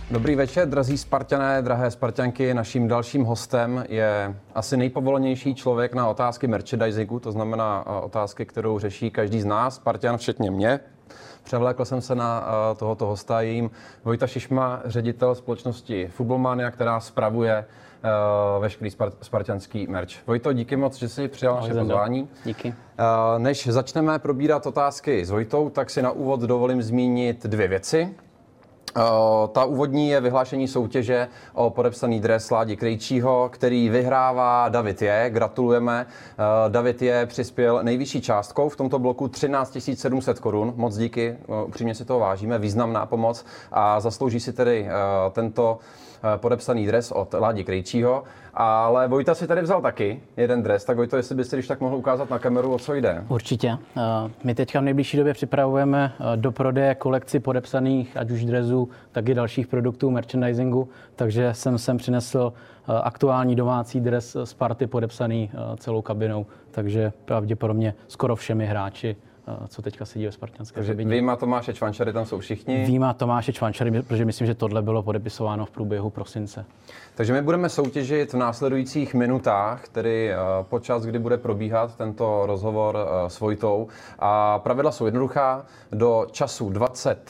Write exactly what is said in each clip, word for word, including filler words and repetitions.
Dobrý večer, drazí Spartané, drahé Spartanky. Naším dalším hostem je asi nejpovolenější člověk na otázky merchandisingu, to znamená otázky, kterou řeší každý z nás, Spartan, včetně mě. Převlékl jsem se na tohoto hosta, jím Vojta Šišma, ředitel společnosti Footballmania, která spravuje uh, veškerý spart- spartanský merch. Vojto, díky moc, že jsi přijal naše pozvání. Díky. Uh, než začneme probírat otázky s Vojtou, tak si na úvod dovolím zmínit dvě věci. Uh, ta úvodní je vyhlášení soutěže o podepsaný dres Ládi Krejčího, který vyhrává David J. Gratulujeme. Uh, David J. přispěl nejvyšší částkou v tomto bloku třináct tisíc sedm set korun. Moc díky, uh, upřímně si toho vážíme, významná pomoc a zaslouží si tedy uh, tento podepsaný dres od Ládi Krejčího. Ale Vojta si tady vzal taky jeden dres, tak Vojto, jestli byste když tak mohl ukázat na kameru, o co jde. Určitě. My teďka v nejbližší době připravujeme do prodeje kolekci podepsaných ať už dresů, tak i dalších produktů merchandisingu, takže jsem sem přinesl aktuální domácí dres Sparty podepsaný celou kabinou, takže pravděpodobně skoro všemi hráči, co teďka sedí ve spartanské kabině. Vyjma Tomáše Čvančary, tam jsou všichni. Vyjma Tomáše Čvančary, protože myslím, že tohle bylo podepisováno v průběhu prosince. Takže my budeme soutěžit v následujících minutách, tedy po čas, kdy bude probíhat tento rozhovor s Vojtou. A pravidla jsou jednoduchá. Do času dvacet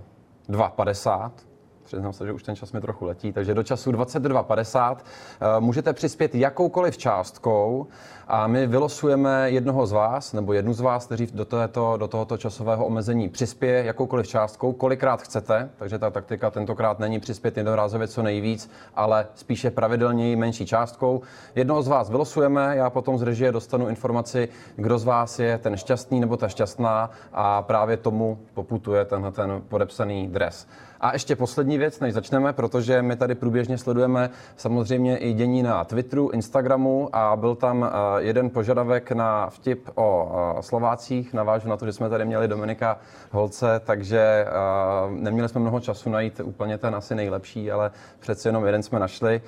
dva padesát, přiznám se, že už ten čas mi trochu letí, takže do času dvacet dva padesát můžete přispět jakoukoliv částkou a my vylosujeme jednoho z vás, nebo jednu z vás, kteří do, tohoto, do tohoto časového omezení přispěje jakoukoliv částkou, kolikrát chcete, takže ta taktika tentokrát není přispět jednorázově co nejvíc, ale spíše pravidelněji menší částkou. Jednoho z vás vylosujeme, já potom z režie dostanu informaci, kdo z vás je ten šťastný nebo ta šťastná a právě tomu poputuje tenhle ten podepsaný dres. A ještě poslední věc, než začneme, protože my tady průběžně sledujeme samozřejmě i dění na Twitteru, Instagramu a byl tam jeden požadavek na vtip o Slovácích. Navážu na to, že jsme tady měli Dominika Holce, takže neměli jsme mnoho času najít úplně ten asi nejlepší, ale přece jenom jeden jsme našli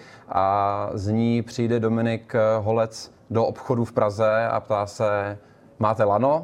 a z ní přijde Dominik Holec do obchodu v Praze a ptá se, máte lano?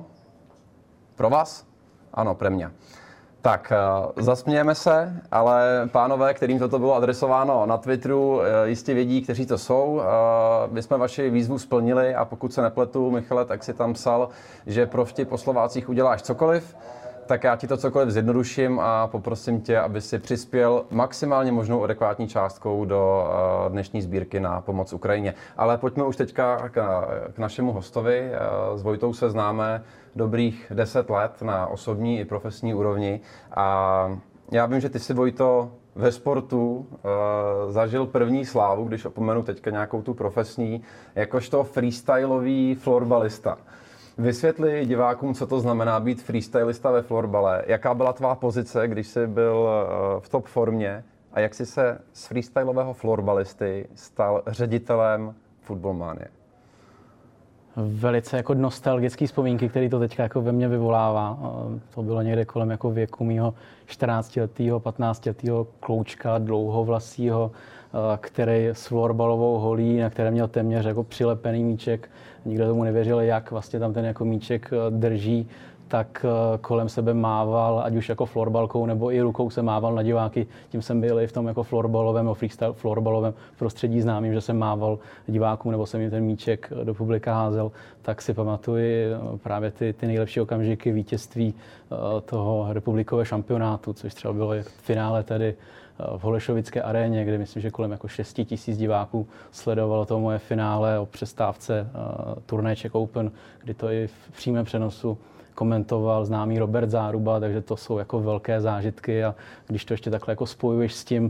Pro vás? Ano, pre mě. Tak, zasmějeme se, ale pánové, kterým toto bylo adresováno na Twitteru, jistě vědí, kteří to jsou. My jsme vaši výzvu splnili a pokud se nepletu, Michale, tak si tam psal, že pro vtip o Slovácích uděláš cokoliv, tak já ti to cokoliv zjednoduším a poprosím tě, aby si přispěl maximálně možnou adekvátní částkou do dnešní sbírky na pomoc Ukrajině. Ale pojďme už teďka k našemu hostovi. S Vojtou se známe dobrých deset let na osobní i profesní úrovni a já vím, že ty si, Vojto, ve sportu uh, zažil první slávu, když opomenu teďka nějakou tu profesní, jakožto freestylový florbalista. Vysvětli divákům, co to znamená být freestylista ve florbale. Jaká byla tvá pozice, když jsi byl v top formě a jak jsi se z freestylového florbalisty stal ředitelem Footballmanie? Velice jako nostalgické vzpomínky, které to teďka jako ve mně vyvolává. To bylo někde kolem jako věku mýho čtrnáctiletého, patnáctiletého kloučka, dlouhovlasího, který s florbalovou holí, na které měl téměř jako přilepený míček. Nikdo tomu nevěřil, jak vlastně tam ten jako míček drží, tak kolem sebe mával, ať už jako florbalkou nebo i rukou se mával na diváky. Tím jsem byl i v tom jako florbalovém, freestyle florbalovém prostředí známým, že jsem mával divákům nebo jsem jim ten míček do publika házel. Tak si pamatuji právě ty, ty nejlepší okamžiky vítězství toho republikového šampionátu, což třeba bylo v finále tady v Holešovické aréně, kde myslím, že kolem jako šesti tisíc diváků sledovalo to moje finále o přestávce uh, turnaje Czech Open, kdy to i v přímém přenosu komentoval známý Robert Záruba, takže to jsou jako velké zážitky a když to ještě takhle jako spojuješ s tím,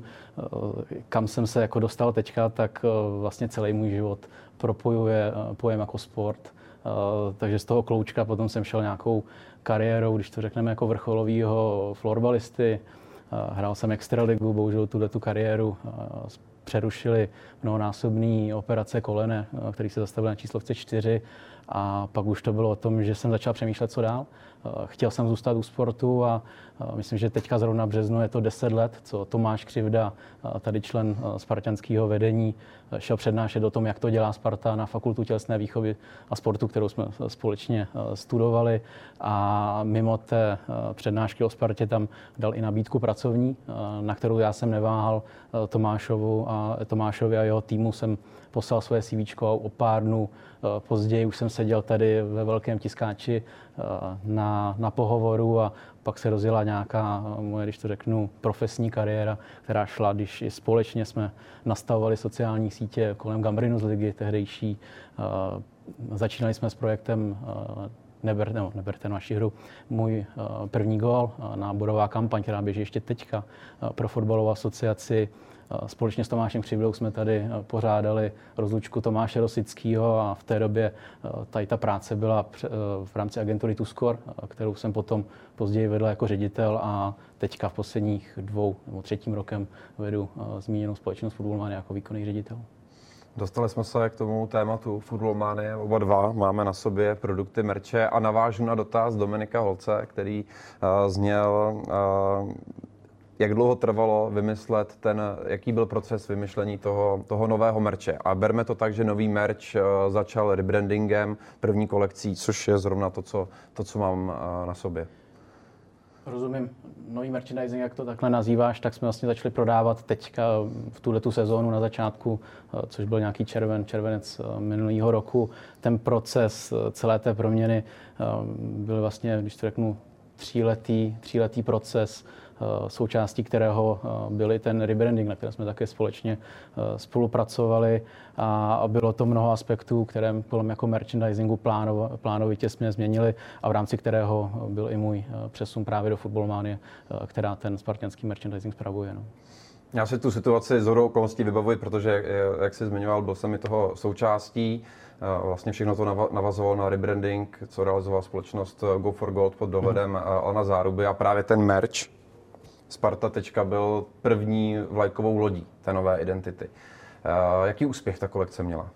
kam jsem se jako dostal teďka, tak vlastně celý můj život propojuje pojem jako sport. Takže z toho kloučka potom jsem šel nějakou kariérou, když to řekneme jako vrcholovýho florbalisty. Hrál jsem extraligu, bohužel tuhletu kariéru přerušili mnohonásobný operace kolene, který se zastavil na číslovce čtyři A pak už to bylo o tom, že jsem začal přemýšlet, co dál. Chtěl jsem zůstat u sportu a myslím, že teďka zrovna v březnu je to deset let, co Tomáš Křivda, tady člen spartanského vedení, šel přednášet o tom, jak to dělá Sparta na Fakultu tělesné výchovy a sportu, kterou jsme společně studovali. A mimo té přednášky o Spartě tam dal i nabídku pracovní, na kterou já jsem neváhal. Tomášovu a Tomášovi a jeho týmu jsem poslal svoje CVčko a o pár dnů později už jsem seděl tady ve velkém tiskáči na, na pohovoru a pak se rozjela nějaká moje, když to řeknu, profesní kariéra, která šla, když i společně jsme nastavovali sociální sítě kolem Gambrinus ligy tehdejší. Začínali jsme s projektem Neberte, no, neberte naši hru. Můj uh, první gól, uh, náborová kampaň, která běží ještě teďka uh, pro fotbalovou asociaci. Uh, společně s Tomášem Křivdou jsme tady uh, pořádali rozlučku Tomáše Rosického a v té době uh, tady ta práce byla pře- uh, v rámci agentury Tuskor, uh, kterou jsem potom později vedl jako ředitel a teďka v posledních dvou nebo třetím rokem vedu uh, zmíněnou společnost Fotbalmania jako výkonný ředitel. Dostali jsme se k tomu tématu Fotbalmanie, oba dva máme na sobě produkty merče a navážu na dotaz Dominika Holce, který uh, zněl, uh, jak dlouho trvalo vymyslet ten, jaký byl proces vymyšlení toho, toho nového merče. A berme to tak, že nový merch uh, začal rebrandingem první kolekcí, což je zrovna to, co, to, co mám uh, na sobě. Rozumím. Nový merchandising, jak to takhle nazýváš, tak jsme vlastně začali prodávat teďka v tuhletu sezónu na začátku, což byl nějaký červen, červenec minulého roku. Ten proces celé té proměny byl vlastně, když to řeknu, tříletý, tříletý proces, součástí kterého byl i ten rebranding, na kterém jsme také společně spolupracovali a bylo to mnoho aspektů, které kolem jako merchandisingu plánov, plánovitě jsme změnili a v rámci kterého byl i můj přesun právě do Fotbalmanie, která ten spartanský merchandising spravuje. No. Já si tu situaci z hodou okolností vybavuji, protože, jak jsi zmiňoval, byl jsem i toho součástí. Vlastně všechno to navazovalo na rebranding, co realizovala společnost Go for Gold pod dohledem mm. Alna Záruby a právě ten merch Sparta tečka byl první vlajkovou lodí té nové identity. Jaký úspěch ta kolekce měla?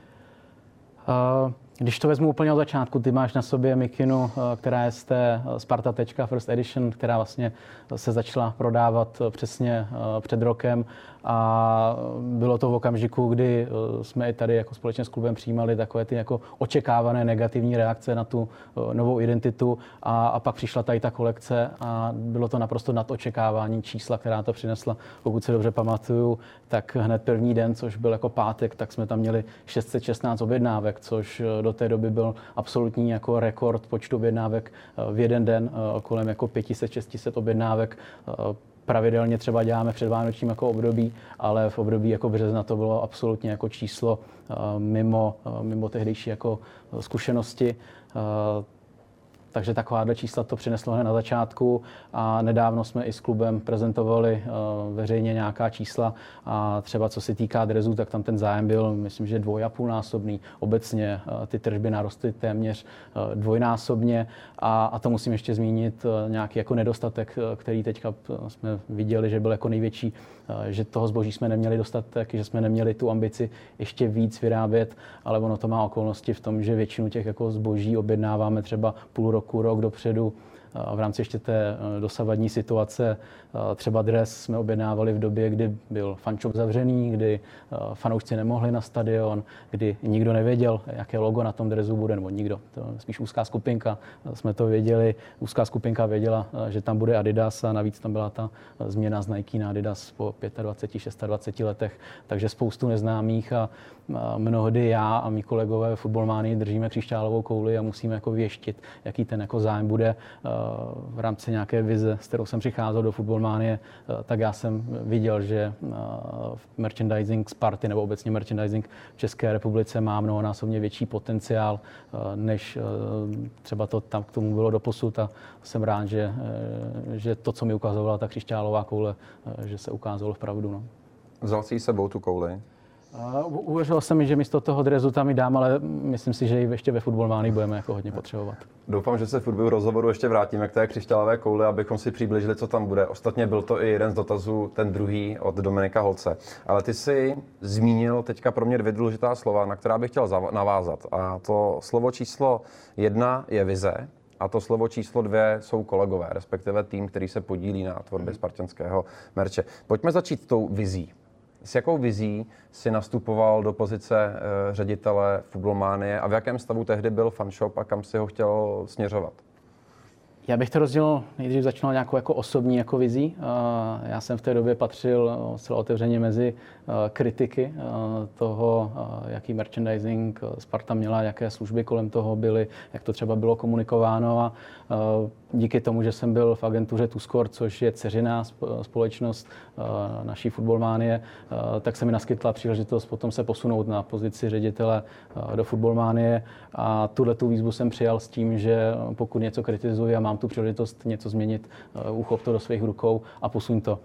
Uh... Když to vezmu úplně od začátku, ty máš na sobě mikinu, která je z té Sparta tečka First Edition, která vlastně se začala prodávat přesně před rokem a bylo to v okamžiku, kdy jsme i tady jako společně s klubem přijímali takové ty jako očekávané negativní reakce na tu novou identitu a, a pak přišla tady ta kolekce a bylo to naprosto nad očekávání čísla, která to přinesla. Pokud se dobře pamatuju, tak hned první den, což byl jako pátek, tak jsme tam měli šest set šestnáct objednávek, což do té doby byl absolutní jako rekord počtu objednávek v jeden den, kolem jako pět set šest set objednávek. Pravidelně třeba děláme před vánočním jako období, ale v období jako března to bylo absolutně jako číslo mimo, mimo tehdejší jako zkušenosti. Takže takováhle čísla to přineslo hned na začátku a nedávno jsme i s klubem prezentovali uh, veřejně nějaká čísla a třeba co se týká drezů, tak tam ten zájem byl, myslím, že dvoj a půl násobný. Obecně uh, ty tržby narostly téměř uh, dvojnásobně a, a to musím ještě zmínit uh, nějaký jako nedostatek, uh, který teďka uh, jsme viděli, že byl jako největší, uh, že toho zboží jsme neměli dostatek, že jsme neměli tu ambici ještě víc vyrábět, ale ono to má okolnosti v tom, že většinu těch jako zboží objednáváme třeba půl roku roku, rok dopředu. V rámci ještě té dosavadní situace třeba dres jsme objednávali v době, kdy byl fanshop zavřený, kdy fanoušci nemohli na stadion, kdy nikdo nevěděl, jaké logo na tom dresu bude, nebo nikdo, to spíš úzká skupinka, jsme to věděli, úzká skupinka věděla, že tam bude Adidas a navíc tam byla ta změna z Nike na Adidas po dvaceti pěti, dvaceti šesti letech, takže spoustu neznámých a mnohdy já a mý kolegové v Fotbalmanii držíme křišťálovou kouli a musíme jako věštit, jaký ten jako zájem bude v rámci nějaké vize, s kterou jsem přicházel do Fotbalmanie, tak já jsem viděl, že merchandising Sparty nebo obecně merchandising v České republice má mnohonásobně větší potenciál, než třeba to tam k tomu bylo doposud a jsem rád, že, že to, co mi ukazovala ta křišťálová koule, že se ukázalo vpravdu. No. Vzal jsi s sebou tu kouli? Uvěřil jsem mi, že místo toho dresu tam i dám, ale myslím si, že i ještě ve Fotbalmánii budeme jako hodně potřebovat. Doufám, že se v průběhu rozhovoru ještě vrátíme k té křišťálové kouli, abychom si přiblížili, co tam bude. Ostatně byl to i jeden z dotazů, ten druhý od Dominika Holce. Ale ty jsi zmínil teďka pro mě dvě důležitá slova, na která bych chtěl navázat. A to slovo číslo jedna je vize. A to slovo číslo dvě jsou kolegové, respektive tým, který se podílí na tvorbě spartanského merče. Pojďme začít tou vizí. S jakou vizí si nastupoval do pozice e, ředitele Fotbalmánie a v jakém stavu tehdy byl fanshop a kam si ho chtěl směřovat? Já bych to rozdělil, nejdřív začal nějakou jako osobní jako vizí. Já jsem v té době patřil zcela otevřeně mezi kritiky toho, jaký merchandising Sparta měla, jaké služby kolem toho byly, jak to třeba bylo komunikováno. A díky tomu, že jsem byl v agentuře TuScore, což je dceřiná společnost naší Fotbalmánie, tak se mi naskytla příležitost potom se posunout na pozici ředitele do Fotbalmánie. A tuhletu výzvu jsem přijal s tím, že pokud něco kritizuji a mám tu příležitost něco změnit, uchop to do svých rukou a posuň to.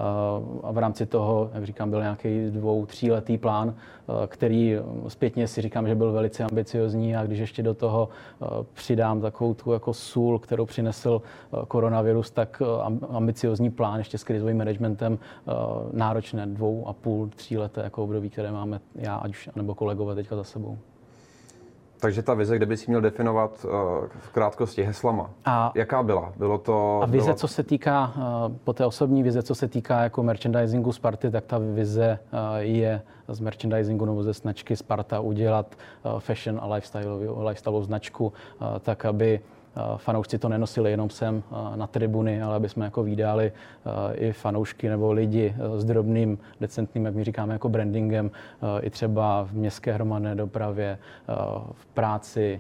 A v rámci toho, jak říkám, byl nějaký dvou, tříletý plán, který zpětně si říkám, že byl velice ambiciozní, a když ještě do toho přidám takovou tu jako sůl, kterou přinesl koronavirus, tak ambiciozní plán ještě s krizovým managementem, náročné dvou a půl, tříleté jako období, které máme já, ať už nebo kolegové teďka za sebou. Takže ta vize, kde by si měl definovat uh, v krátkosti heslama, a, jaká byla? Bylo to... A vize, bylo... co se týká, uh, po té osobní vize, co se týká jako merchandisingu Sparty, tak ta vize uh, je z merchandisingu nebo ze značky Sparta udělat uh, fashion a lifestyle, lifestyle značku, uh, tak aby fanoušci to nenosili jenom sem na tribuny, ale aby jsme jako vídali i fanoušky nebo lidi s drobným, decentním, jak my říkáme, jako brandingem, i třeba v městské hromadné dopravě, v práci,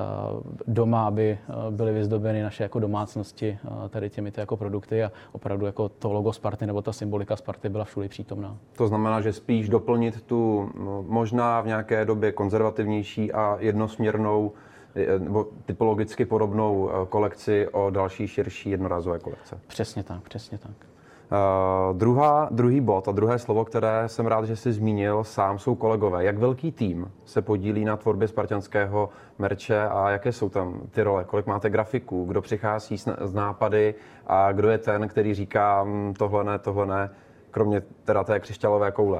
doma, aby byly vyzdobeny naše jako domácnosti tady těmito jako produkty a opravdu jako to logo Sparty nebo ta symbolika Sparty byla všude přítomná. To znamená, že spíš doplnit tu možná v nějaké době konzervativnější a jednosměrnou nebo typologicky podobnou kolekci o další širší jednorázové kolekce. Přesně tak, přesně tak. Uh, druhá, druhý bod a druhé slovo, které jsem rád, že jsi zmínil sám, jsou kolegové. Jak velký tým se podílí na tvorbě spartanského merče a jaké jsou tam ty role? Kolik máte grafiků? Kdo přichází s, s nápady a kdo je ten, který říká tohle ne, tohle ne, kromě teda té křišťálové koule?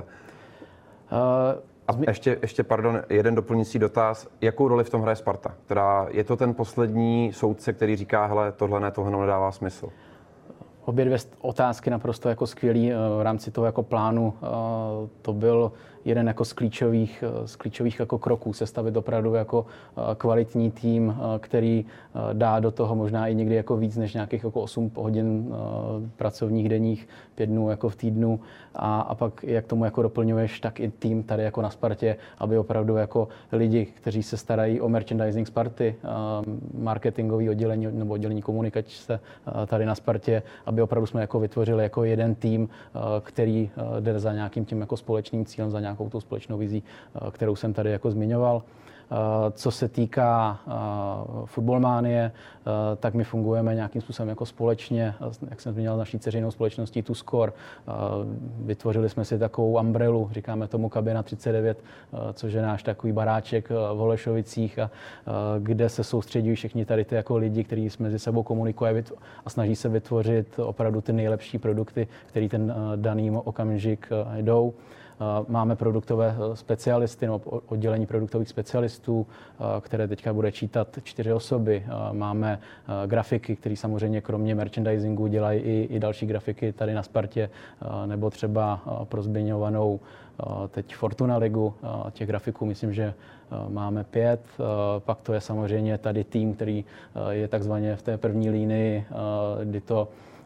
Uh, A ještě, ještě, pardon, jeden doplňující dotaz. Jakou roli v tom hraje Sparta? Teda je to ten poslední soudce, který říká, hele, tohle ne, tohle nedává smysl? Obě dvě otázky naprosto jako skvělý v rámci toho jako plánu. To byl jeden jako z klíčových, z klíčových jako kroků, sestavit opravdu jako kvalitní tým, který dá do toho možná i někdy jako víc než nějakých jako osm hodin pracovních denních, pět dnů jako v týdnu. A, a pak jak tomu jako doplňuješ, tak i tým tady jako na Spartě, aby opravdu jako lidi, kteří se starají o merchandising Sparty, marketingový oddělení nebo oddělení komunikace tady na Spartě, aby opravdu jsme jako vytvořili jako jeden tým, který jde za nějakým tím jako společným cílem, za nějakou tou společnou vizí, kterou jsem tady jako zmiňoval. Co se týká Fotbalmánie, tak my fungujeme nějakým způsobem jako společně, jak jsem zmínil, naší dceřinou společností TuScore. Vytvořili jsme si takovou umbrelu, říkáme tomu Kabina třicet devět, což je náš takový baráček v Holešovicích, a kde se soustředí všichni tady ty jako lidi, kteří mezi sebou komunikují a snaží se vytvořit opravdu ty nejlepší produkty, které ten daný okamžik jdou. Máme produktové specialisty, nebo oddělení produktových specialistů, které teďka bude čítat čtyři osoby. Máme grafiky, které samozřejmě kromě merchandisingu dělají i, i další grafiky tady na Spartě, nebo třeba pro zmiňovanou teď Fortuna ligu. Těch grafiků myslím, že máme pět. Pak to je samozřejmě tady tým, který je takzvaně v té první línii, kdy to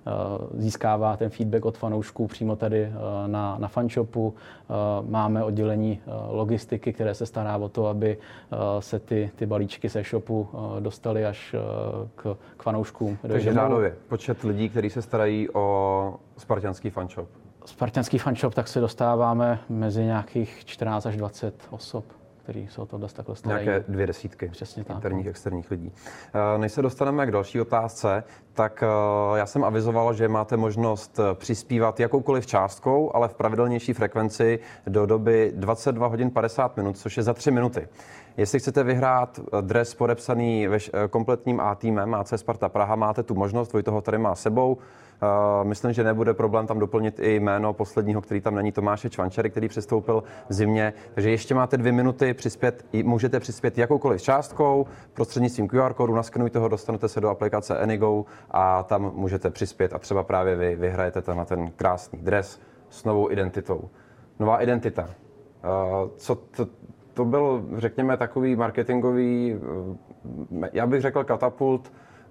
získává ten feedback od fanoušků přímo tady na, na fanshopu. Máme oddělení logistiky, které se stará o to, aby se ty, ty balíčky se shopu dostaly až k, k fanouškům. Takže řádově počet lidí, kteří se starají o spartanský fanshop. Spartanský fanshop, tak se dostáváme mezi nějakých čtrnáct až dvacet osob. kteří jsou to dost takhle starají. Nějaké dvě desítky Přesně tak, interních, no. externích lidí. Než se dostaneme k další otázce, tak já jsem avizoval, že máte možnost přispívat jakoukoliv částkou, ale v pravidelnější frekvenci do doby dvacet dva hodin padesát minut, což je za tři minuty. Jestli chcete vyhrát dres podepsaný ve kompletním A týmem A C Sparta Praha, máte tu možnost, Vojto ho tady má sebou. Uh, myslím, že nebude problém tam doplnit i jméno posledního, který tam není, Tomáše Čvančary, který přestoupil v zimě. Takže ještě máte dvě minuty přispět, můžete přispět jakoukoliv částkou, prostřednictvím Q R kódu, naskenujte ho, dostanete se do aplikace Anygo a tam můžete přispět a třeba právě vy vyhrajete tenhle ten krásný dres s novou identitou. Nová identita. Uh, co to, to byl, řekněme, takový marketingový, uh, já bych řekl katapult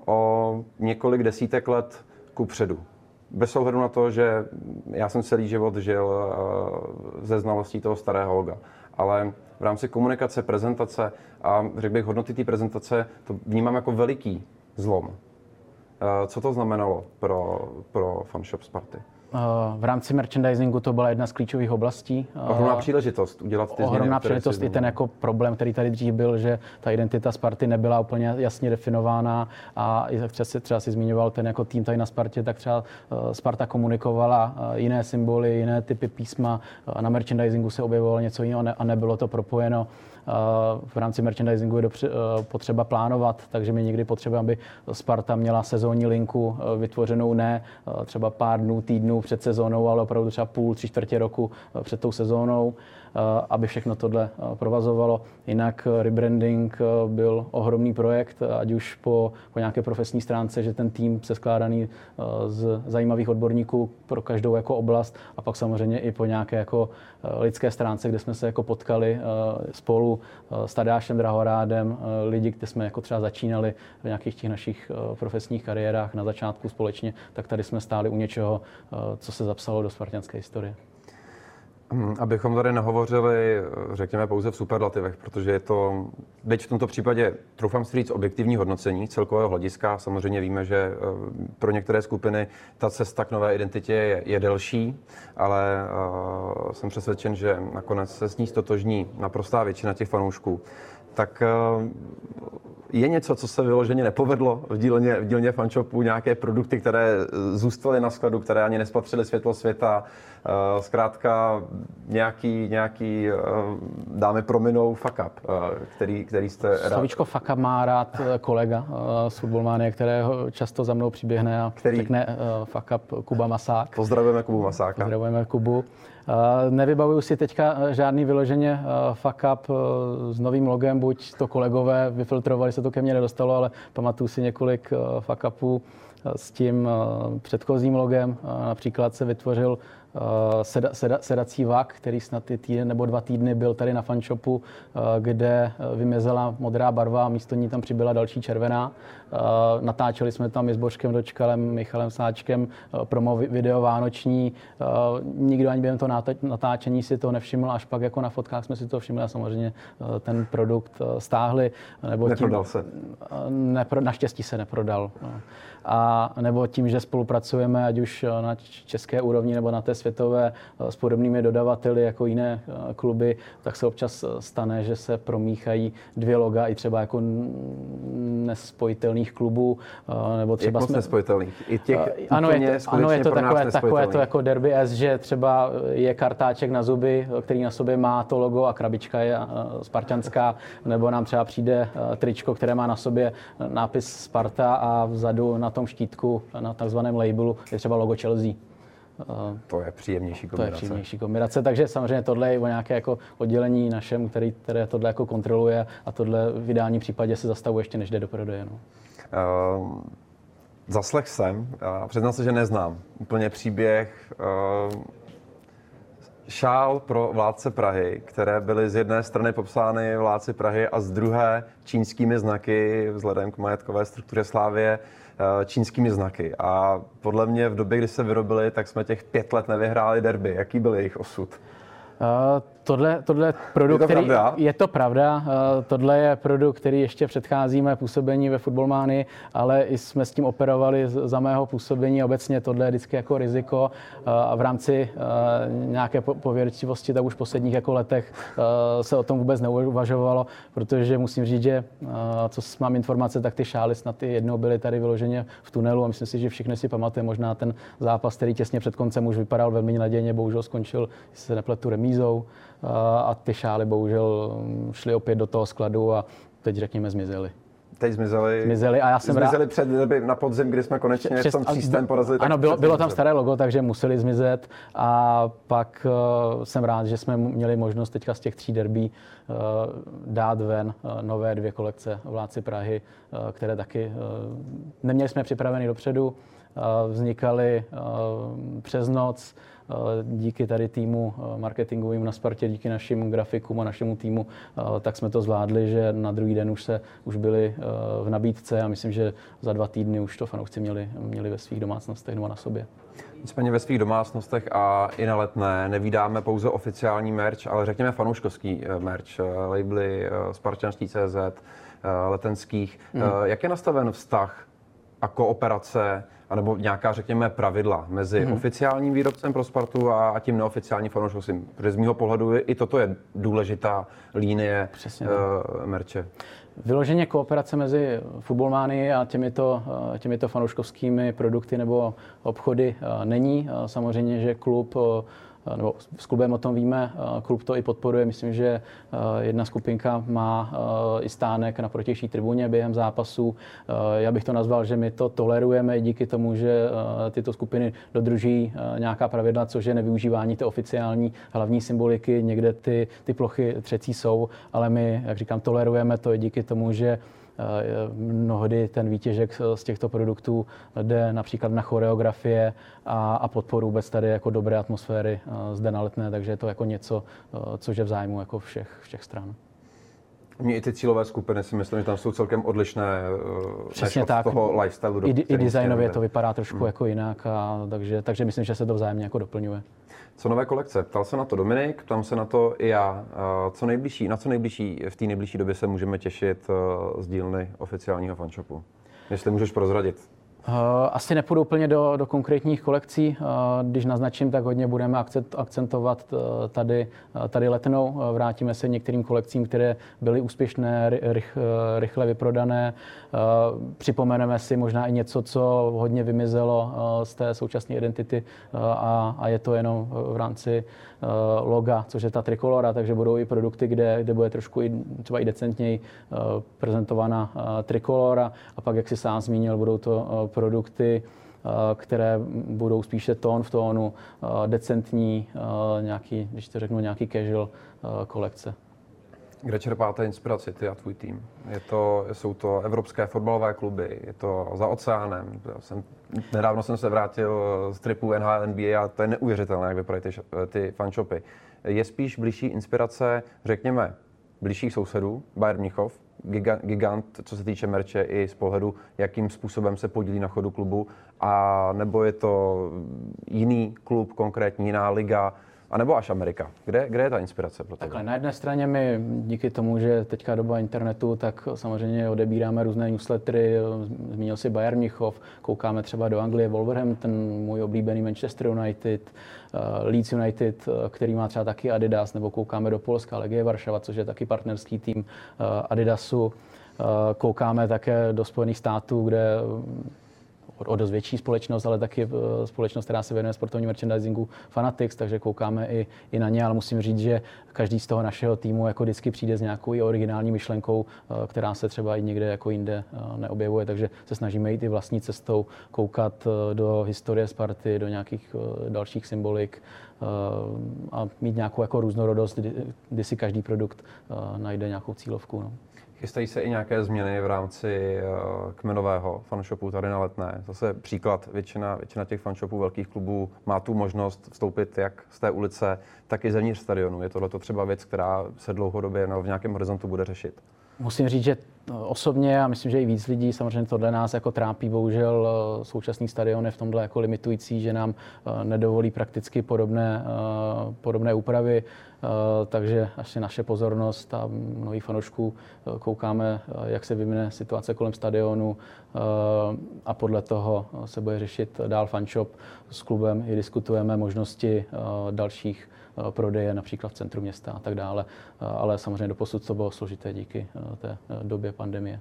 o několik desítek let kupředu. Bez ohledu na to, že já jsem celý život žil ze znalostí toho starého loga. Ale v rámci komunikace, prezentace a řekl bych hodnoty té prezentace, to vnímám jako veliký zlom. Co to znamenalo pro, pro fanshop Sparty? V rámci merchandisingu to byla jedna z klíčových oblastí. Ohromná příležitost udělat ty změny. Ohromná příležitost i ten jako problém, který tady dřív byl, že ta identita Sparty nebyla úplně jasně definována a i třeba si, třeba si zmiňoval ten jako tým tady na Spartě, tak třeba Sparta komunikovala jiné symboly, jiné typy písma, na merchandisingu se objevovalo něco jiného a nebylo to propojeno. V rámci merchandisingu je potřeba plánovat, takže my někdy potřebujeme, aby Sparta měla sezónní linku vytvořenou ne třeba pár dnů, týdnů před sezónou, ale opravdu třeba půl, tři čtvrtě roku před tou sezónou, aby všechno tohle provazovalo. Jinak rebranding byl ohromný projekt, ať už po, po nějaké profesní stránce, že ten tým se skládaný z zajímavých odborníků pro každou jako oblast a pak samozřejmě i po nějaké jako lidské stránce, kde jsme se jako potkali spolu s Tadášem Drahorádem, lidi, kde jsme jako třeba začínali v nějakých těch našich profesních kariérách na začátku společně, tak tady jsme stáli u něčeho, co se zapsalo do spartanské historie. Abychom tady nehovořili, řekněme, pouze v superlativech, protože je to, teď v tomto případě, troufám si říct, objektivní hodnocení celkového hlediska. Samozřejmě víme, že pro některé skupiny ta cesta k nové identitě je, je delší, ale uh, jsem přesvědčen, že nakonec se s ní stotožní naprostá většina těch fanoušků. Tak uh, je něco, co se vyloženě nepovedlo v dílně, v dílně fanshopu, nějaké produkty, které zůstaly na skladu, které ani nespatřily světlo světa, zkrátka nějaký, nějaký dáme prominou fuck up, který, který jste rád... Slovíčko fuck up má rád kolega z Futbolmanie, kterého často za mnou přiběhne a který? řekne fuck up Kuba Masák. Pozdravujeme Kubu Masáka. Pozdravujeme Kubu. Nevybavuju si teďka žádný vyloženě fuck up s novým logem, buď to kolegové vyfiltrovali, se to ke mně nedostalo, ale pamatuju si několik fuck upů s tím předchozím logem. Například se vytvořil seda, seda, sedací vak, který snad ty týden nebo dva týdny byl tady na fanshopu, kde vymizela modrá barva a místo ní tam přibyla další červená. Natáčeli jsme tam i s Božkem Dočkalem, Michalem Sáčkem promo video vánoční. Nikdo ani během toho natáčení si to nevšiml, až pak jako na fotkách jsme si to všimli a samozřejmě ten produkt stáhli. Nebo neprodal tím, se? Nepro, naštěstí se neprodal. A nebo tím, že spolupracujeme ať už na české úrovni nebo na té světové s podobnými dodavateli jako jiné kluby, tak se občas stane, že se promíchají dvě loga i třeba jako nespojitelných klubů. Nebo třeba Jak moc jsme... nespojitelných? I těch ano, úplně je to, ano, je to takové, takové to jako Derby S, že třeba je kartáček na zuby, který na sobě má to logo a krabička je spartanská, nebo nám třeba přijde tričko, které má na sobě nápis Sparta a vzadu na tom štítku, na takzvaném labelu, je třeba logo Chelsea. To je příjemnější kombinace. To je příjemnější kombinace, takže samozřejmě tohle je o nějaké jako oddělení našem, který, které tohle jako kontroluje a tohle v ideálním případě se zastavuje ještě, než jde do prodeje. No. Uh, zaslech jsem, uh, přiznám se, že neznám úplně příběh uh, šál pro vládce Prahy, které byly z jedné strany popsány vládci Prahy a z druhé čínskými znaky, vzhledem k majetkové struktuře Slavie, čínskými znaky. A podle mě v době, kdy se vyrobili, tak jsme těch pět let nevyhráli derby. Jaký byl jejich osud? Uh, tohle, tohle je produkt, je to který pravda? je to pravda. Uh, tohle je produkt, který ještě předchází mé působení ve Fotbalmánii, ale i jsme s tím operovali za mého působení. Obecně tohle je vždycky jako riziko uh, a v rámci uh, nějaké pověrčivosti, tak už v posledních jako letech uh, se o tom vůbec neuvažovalo, protože musím říct, že uh, co mám informace, tak ty šály snad ty jednou byly tady vyloženě v tunelu a myslím si, že všichni si pamatuje možná ten zápas, který těsně před koncem už vypadal velmi nadějně, bohužel skončil, jestli se nepletu, remízou a ty šály bohužel šly opět do toho skladu a teď řekněme zmizely. Teď zmizely, zmizely a já jsem zmizely rád... před na podzim, kdy jsme konečně Přes, v tom přístem porazili. Ano, bylo, bylo tam staré logo, takže museli zmizet a pak uh, jsem rád, že jsme měli možnost teďka z těch tří derbí uh, dát ven uh, nové dvě kolekce Vládci Prahy, uh, které taky uh, neměli jsme připraveny dopředu, uh, vznikaly uh, přes noc. Díky tady týmu marketingovým na Spartě, díky našim grafikům a našemu týmu, tak jsme to zvládli, že na druhý den už se už byli v nabídce a myslím, že za dva týdny už to fanoušci měli, měli ve svých domácnostech nebo na sobě. Nicméně ve svých domácnostech a i na Letné nevídáme pouze oficiální merch, ale řekněme fanouškovský merch, labely spartanský tečka cé zet, letenských. Mm. Jak je nastaven vztah a kooperace, anebo nějaká, řekněme, pravidla mezi mm-hmm. oficiálním výrobcem pro Spartu a, a tím neoficiálním fanouškovským? Protože z mýho pohledu i toto je důležitá línie uh, merče. Vyloženě kooperace mezi Fotbalmánii a těmito, těmito fanouškovskými produkty nebo obchody není. Samozřejmě, že klub, nebo s klubem o tom víme, klub to i podporuje. Myslím, že jedna skupinka má i stánek na protější tribuně během zápasů. Já bych to nazval, že my to tolerujeme díky tomu, že tyto skupiny dodržují nějaká pravidla, což je nevyužívání té oficiální hlavní symboliky. Někde ty, ty plochy třecí jsou, ale my, jak říkám, tolerujeme to i díky tomu, že mnohdy ten výtěžek z těchto produktů jde například na choreografie a, a podporu vůbec tady jako dobré atmosféry zde na Letné, takže je to jako něco, což je v zájmu jako všech, všech stran. Mně i ty cílové skupiny si myslím, že tam jsou celkem odlišné Přesně než od tak. toho lifestylu. I, i designově to vypadá trošku hmm. jako jinak, a, takže, takže myslím, že se to vzájemně jako doplňuje. Co nové kolekce? Ptal se na to Dominik, ptám se na to i já. Co nejbližší, na co nejbližší v té nejbližší době se můžeme těšit z dílny oficiálního fanshopu? Jestli můžeš prozradit. Asi nepůjdu úplně do, do konkrétních kolekcí. Když naznačím, tak hodně budeme akcentovat tady, tady Letnou. Vrátíme se některým kolekcím, které byly úspěšné, rych, rychle vyprodané. Připomeneme si možná i něco, co hodně vymizelo z té současné identity a, a je to jenom v rámci loga, což je ta trikolora, takže budou i produkty, kde, kde bude trošku i, třeba i decentněji prezentovaná trikolora a pak, jak si sám zmínil, budou to produkty, které budou spíše tón v tónu, decentní, nějaký, když to řeknu, nějaký casual kolekce. Kde čerpáte inspiraci, ty a tvůj tým? Je to, jsou to evropské fotbalové kluby, je to za oceánem. Já jsem, nedávno jsem se vrátil z tripu N H L N B A a to je neuvěřitelné, jak vypadají ty, ty fanshopy. Je spíš blížší inspirace, řekněme, blížších sousedů, Bayern Mnichov, gigant, co se týče merče i z pohledu, jakým způsobem se podílí na chodu klubu, a nebo je to jiný klub, konkrétní jiná liga, a nebo až Amerika. Kde, kde je ta inspirace pro tebe? Takhle, na jedné straně my díky tomu, že teďka doba internetu, tak samozřejmě odebíráme různé newslettery, zmínil si Bayern Mnichov, koukáme třeba do Anglie, Wolverhampton, můj oblíbený Manchester United, Leeds United, který má třeba taky Adidas, nebo koukáme do Polska, Legie Varšava, což je taky partnerský tým Adidasu. Koukáme také do Spojených států, kde o dost větší společnost, ale taky společnost, která se věnuje sportovní merchandisingu, Fanatics, takže koukáme i, i na ně, ale musím říct, že každý z toho našeho týmu jako vždycky přijde s nějakou i originální myšlenkou, která se třeba i někde jako jinde neobjevuje, takže se snažíme jít i vlastní cestou, koukat do historie Sparty, do nějakých dalších symbolik a mít nějakou jako různorodost, kdy, kdy si každý produkt najde nějakou cílovku. No. Chystají se i nějaké změny v rámci uh, kmenového fanshopu tady na Letné? Zase příklad, většina, většina těch fanshopů velkých klubů má tu možnost vstoupit jak z té ulice, tak i zevnitř stadionu. Je tohle třeba věc, která se dlouhodobě no, v nějakém horizontu bude řešit? Musím říct, že osobně a myslím, že i víc lidí, samozřejmě tohle nás jako trápí, bohužel současný stadion je v tomhle jako limitující, že nám nedovolí prakticky podobné, podobné úpravy, takže asi naše pozornost a mnohí fanoušků koukáme, jak se vyvine situace kolem stadionu a podle toho se bude řešit dál fanshop s klubem, i diskutujeme možnosti dalších prodeje například v centru města a tak dále, ale samozřejmě doposud to bylo složité díky té době pandemie.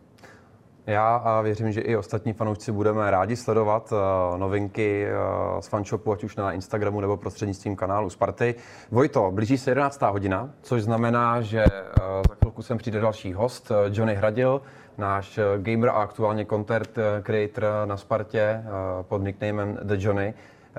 Já věřím, že i ostatní fanoušci budeme rádi sledovat novinky z fanshopu, ať už na Instagramu nebo prostřednictvím kanálu Sparty. Vojto, blíží se jedenáctá hodina, což znamená, že za chvilku sem přijde další host, Johnny Hradil, náš gamer a aktuálně content creator na Spartě pod nicknamem The Johnny.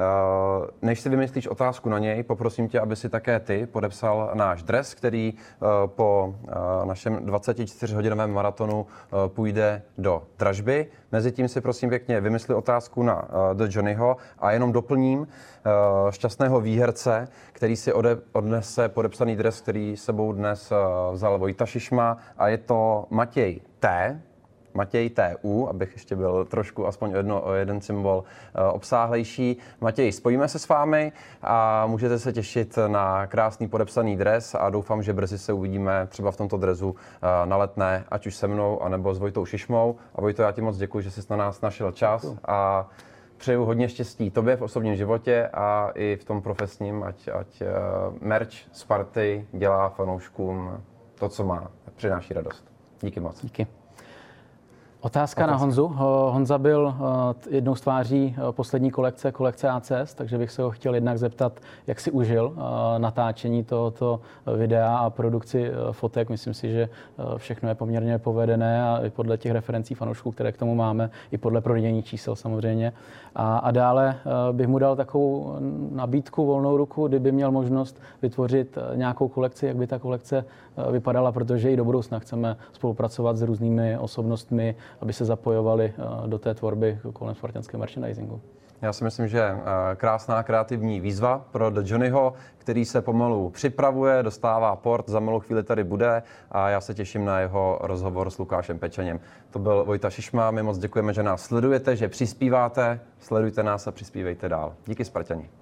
Než si vymyslíš otázku na něj, poprosím tě, aby si také ty podepsal náš dres, který po našem dvacetičtyřhodinovém maratonu půjde do dražby. Mezitím si prosím pěkně vymysli otázku na The Johnnyho a jenom doplním šťastného výherce, který si odnese podepsaný dres, který sebou dnes vzal Vojta Šišma, a je to Matěj T. Matěj T U, abych ještě byl trošku aspoň jedno, o jeden symbol uh, obsáhlejší. Matěj, spojíme se s vámi a můžete se těšit na krásný podepsaný dres a doufám, že brzy se uvidíme třeba v tomto dresu uh, na Letné, ať už se mnou, anebo s Vojtou Šišmou. A Vojto, já ti moc děkuji, že jsi na nás našel čas a přeju hodně štěstí tobě v osobním životě a i v tom profesním, ať, ať uh, merch Sparty dělá fanouškům to, co má, přináší radost. Díky moc. Díky. Otázka, Otázka na Honzu. Honza byl jednou z tváří poslední kolekce, kolekce A C S, takže bych se ho chtěl jednak zeptat, jak si užil natáčení tohoto videa a produkci fotek. Myslím si, že všechno je poměrně povedené a i podle těch referencí fanoušků, které k tomu máme, i podle prodejních čísel samozřejmě. A, a dále bych mu dal takovou nabídku, volnou ruku, kdyby měl možnost vytvořit nějakou kolekci, jak by ta kolekce vypadala, protože i do budoucna chceme spolupracovat s různými osobnostmi, aby se zapojovali do té tvorby kolem spartanského merchandisingu. Já si myslím, že krásná kreativní výzva pro The Johnnyho, který se pomalu připravuje, dostává port, za malou chvíli tady bude a já se těším na jeho rozhovor s Lukášem Pečeněm. To byl Vojta Šišma, my moc děkujeme, že nás sledujete, že přispíváte, sledujte nás a přispívejte dál. Díky, Sparťani.